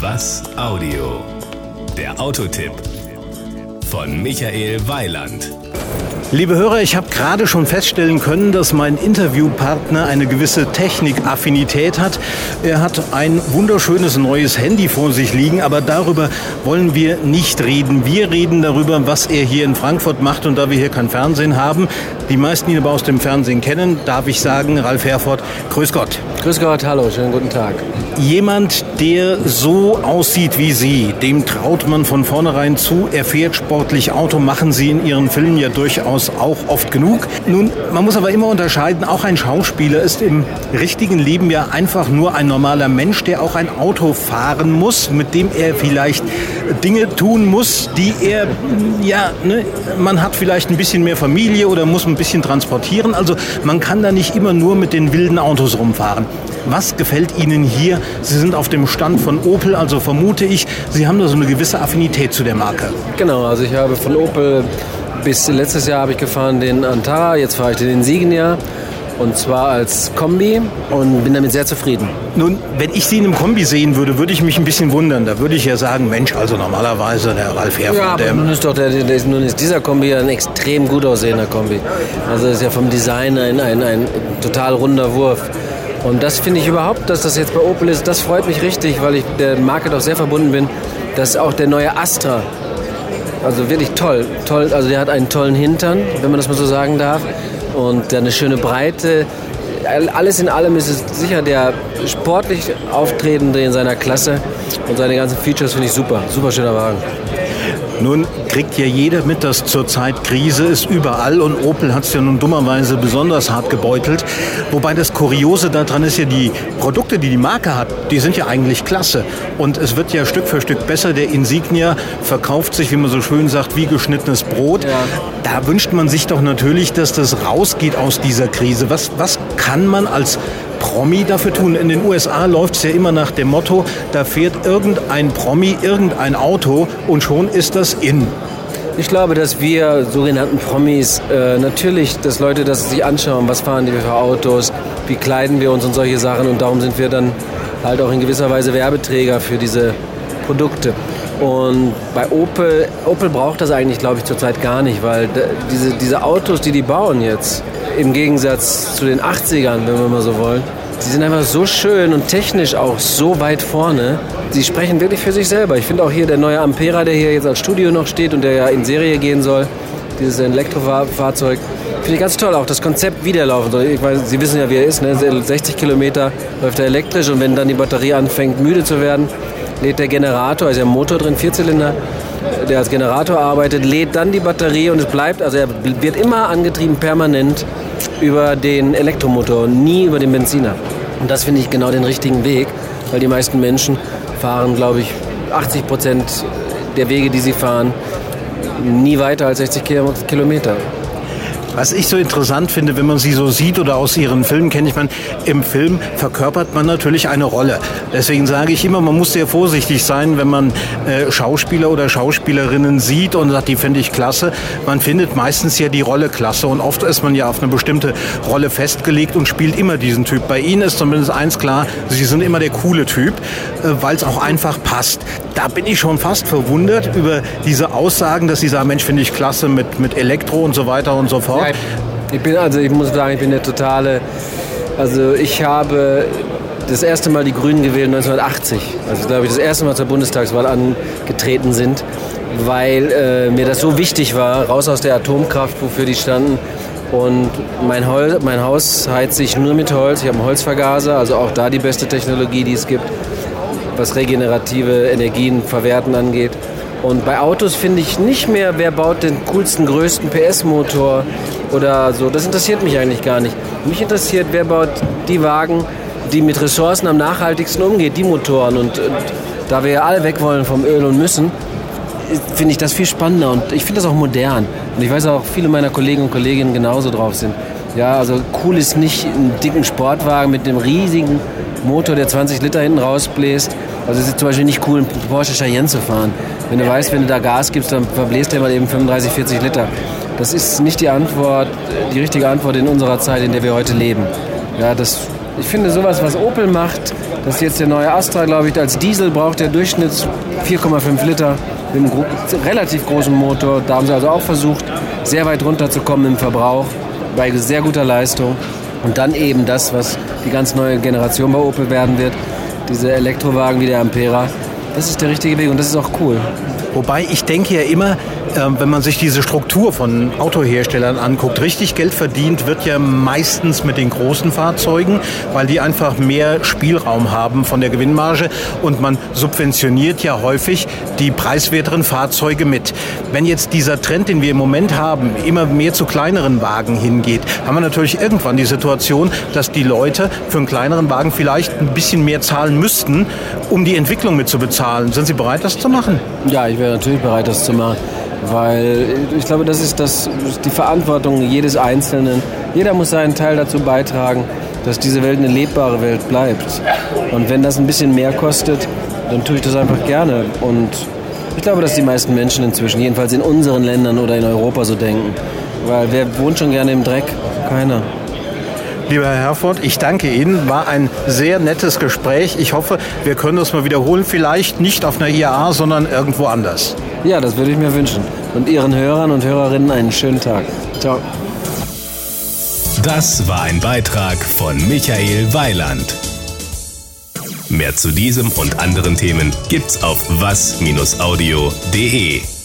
Was Audio? Der Autotipp von Michael Weiland. Liebe Hörer, ich habe gerade schon feststellen können, dass mein Interviewpartner eine gewisse Technikaffinität hat. Er hat ein wunderschönes neues Handy vor sich liegen, aber darüber wollen wir nicht reden. Wir reden darüber, was er hier in Frankfurt macht, und da wir hier kein Fernsehen haben, die meisten ihn aber aus dem Fernsehen kennen, darf ich sagen, Ralf Herford, grüß Gott. Grüß Gott, hallo, schönen guten Tag. Jemand, der so aussieht wie Sie, dem traut man von vornherein zu, er fährt sportlich Auto, machen Sie in Ihren Filmen ja durchaus auch oft genug. Nun, man muss aber immer unterscheiden, auch ein Schauspieler ist im richtigen Leben ja einfach nur ein normaler Mensch, der auch ein Auto fahren muss, mit dem er vielleicht Dinge tun muss, die er, man hat vielleicht ein bisschen mehr Familie oder muss ein bisschen transportieren, also man kann da nicht immer nur mit den wilden Autos rumfahren. Was gefällt Ihnen hier? Sie sind auf dem Stand von Opel, also vermute ich, Sie haben da so eine gewisse Affinität zu der Marke. Genau, also ich habe von Opel bis letztes Jahr habe ich gefahren den Antara, jetzt fahre ich den Insignia, und zwar als Kombi, und bin damit sehr zufrieden. Nun, wenn ich Sie in einem Kombi sehen würde, würde ich mich ein bisschen wundern. Da würde ich ja sagen, Mensch, also normalerweise der Ralf Herford. Ja, aber nun ist dieser Kombi ein extrem gut aussehender Kombi. Also das ist ja vom Design ein total runder Wurf. Und das finde ich überhaupt, dass das jetzt bei Opel ist, das freut mich richtig, weil ich der Marke doch sehr verbunden bin, dass auch der neue Astra, also wirklich toll, also der hat einen tollen Hintern, wenn man das mal so sagen darf, und eine schöne Breite. Alles in allem ist es sicher der sportlich Auftretende in seiner Klasse, und seine ganzen Features finde ich super schöner Wagen. Nun kriegt ja jeder mit, dass zurzeit Krise ist überall, und Opel hat es ja nun dummerweise besonders hart gebeutelt. Wobei das Kuriose daran ist ja, die Produkte, die die Marke hat, die sind ja eigentlich klasse. Und es wird ja Stück für Stück besser. Der Insignia verkauft sich, wie man so schön sagt, wie geschnittenes Brot. Ja. Da wünscht man sich doch natürlich, dass das rausgeht aus dieser Krise. Was kann man als Promi dafür tun? In den USA läuft es ja immer nach dem Motto, da fährt irgendein Promi irgendein Auto und schon ist das in. Ich glaube, dass wir sogenannten Promis natürlich, dass Leute das sich anschauen, was fahren die für Autos, wie kleiden wir uns und solche Sachen, und darum sind wir dann halt auch in gewisser Weise Werbeträger für diese Produkte. Und bei Opel braucht das eigentlich, glaube ich, zurzeit gar nicht, weil diese Autos, die bauen jetzt, im Gegensatz zu den 80ern, wenn wir mal so wollen, die sind einfach so schön und technisch auch so weit vorne. Die sprechen wirklich für sich selber. Ich finde auch hier der neue Ampera, der hier jetzt als Studio noch steht und der ja in Serie gehen soll, dieses Elektrofahrzeug, finde ich ganz toll. Auch das Konzept, wie der laufen soll. Ich weiß, Sie wissen ja, wie er ist, ne? 60 Kilometer läuft er elektrisch, und wenn dann die Batterie anfängt, müde zu werden, lädt der Generator, also der Motor drin, 4-Zylinder, der als Generator arbeitet, lädt dann die Batterie, und es bleibt, also er wird immer angetrieben permanent über den Elektromotor, nie über den Benziner. Und das finde ich genau den richtigen Weg, weil die meisten Menschen fahren, glaube ich, 80% der Wege, die sie fahren, nie weiter als 60 Kilometer. Was ich so interessant finde, wenn man sie so sieht oder aus ihren Filmen kenne, ich meine, im Film verkörpert man natürlich eine Rolle. Deswegen sage ich immer, man muss sehr vorsichtig sein, wenn man Schauspieler oder Schauspielerinnen sieht und sagt, die finde ich klasse. Man findet meistens ja die Rolle klasse, und oft ist man ja auf eine bestimmte Rolle festgelegt und spielt immer diesen Typ. Bei Ihnen ist zumindest eins klar, Sie sind immer der coole Typ, weil es auch einfach passt. Da bin ich schon fast verwundert über diese Aussagen, dass Sie sagen, Mensch, finde ich klasse mit Elektro und so weiter und so fort. Ja, ich muss sagen, ich bin der totale, also ich habe das erste Mal die Grünen gewählt 1980, also glaube ich das erste Mal zur Bundestagswahl angetreten sind, weil mir das so wichtig war, raus aus der Atomkraft, wofür die standen. Und mein Haus heizt sich nur mit Holz, ich habe einen Holzvergaser, also auch da die beste Technologie, die es gibt, was regenerative Energien verwerten angeht. Und bei Autos finde ich nicht mehr, wer baut den coolsten, größten PS-Motor oder so. Das interessiert mich eigentlich gar nicht. Mich interessiert, wer baut die Wagen, die mit Ressourcen am nachhaltigsten umgeht, die Motoren. Und da wir ja alle weg wollen vom Öl und müssen, finde ich das viel spannender. Und ich finde das auch modern. Und ich weiß auch, viele meiner Kollegen und Kolleginnen genauso drauf sind. Ja, also cool ist nicht einen dicken Sportwagen mit einem riesigen Motor, der 20 Liter hinten rausbläst. Also es ist zum Beispiel nicht cool, einen Porsche Cayenne zu fahren. Wenn du weißt, wenn du da Gas gibst, dann verbläst der mal eben 35, 40 Liter. Das ist nicht die richtige Antwort in unserer Zeit, in der wir heute leben. Ja, das Ich finde sowas, was Opel macht, das ist jetzt der neue Astra, glaube ich, als Diesel braucht der Durchschnitt 4,5 Liter mit einem relativ großen Motor. Da haben sie also auch versucht, sehr weit runterzukommen im Verbrauch, bei sehr guter Leistung. Und dann eben das, was die ganz neue Generation bei Opel werden wird, diese Elektrowagen wie der Ampera. Das ist der richtige Weg und das ist auch cool. Wobei ich denke ja immer, wenn man sich diese Struktur von Autoherstellern anguckt, richtig Geld verdient wird ja meistens mit den großen Fahrzeugen, weil die einfach mehr Spielraum haben von der Gewinnmarge und man subventioniert ja häufig die preiswerteren Fahrzeuge mit. Wenn jetzt dieser Trend, den wir im Moment haben, immer mehr zu kleineren Wagen hingeht, haben wir natürlich irgendwann die Situation, dass die Leute für einen kleineren Wagen vielleicht ein bisschen mehr zahlen müssten, um die Entwicklung mit zu bezahlen. Sind Sie bereit, das zu machen? Ja, ich wäre natürlich bereit, das zu machen. Weil ich glaube, das ist die Verantwortung jedes Einzelnen. Jeder muss seinen Teil dazu beitragen, dass diese Welt eine lebbare Welt bleibt. Und wenn das ein bisschen mehr kostet, dann tue ich das einfach gerne. Und ich glaube, dass die meisten Menschen inzwischen, jedenfalls in unseren Ländern oder in Europa, so denken. Weil wer wohnt schon gerne im Dreck? Keiner. Lieber Herr Herford, ich danke Ihnen. War ein sehr nettes Gespräch. Ich hoffe, wir können das mal wiederholen. Vielleicht nicht auf einer IAA, sondern irgendwo anders. Ja, das würde ich mir wünschen. Und Ihren Hörern und Hörerinnen einen schönen Tag. Ciao. Das war ein Beitrag von Michael Weiland. Mehr zu diesem und anderen Themen gibt's auf was-audio.de.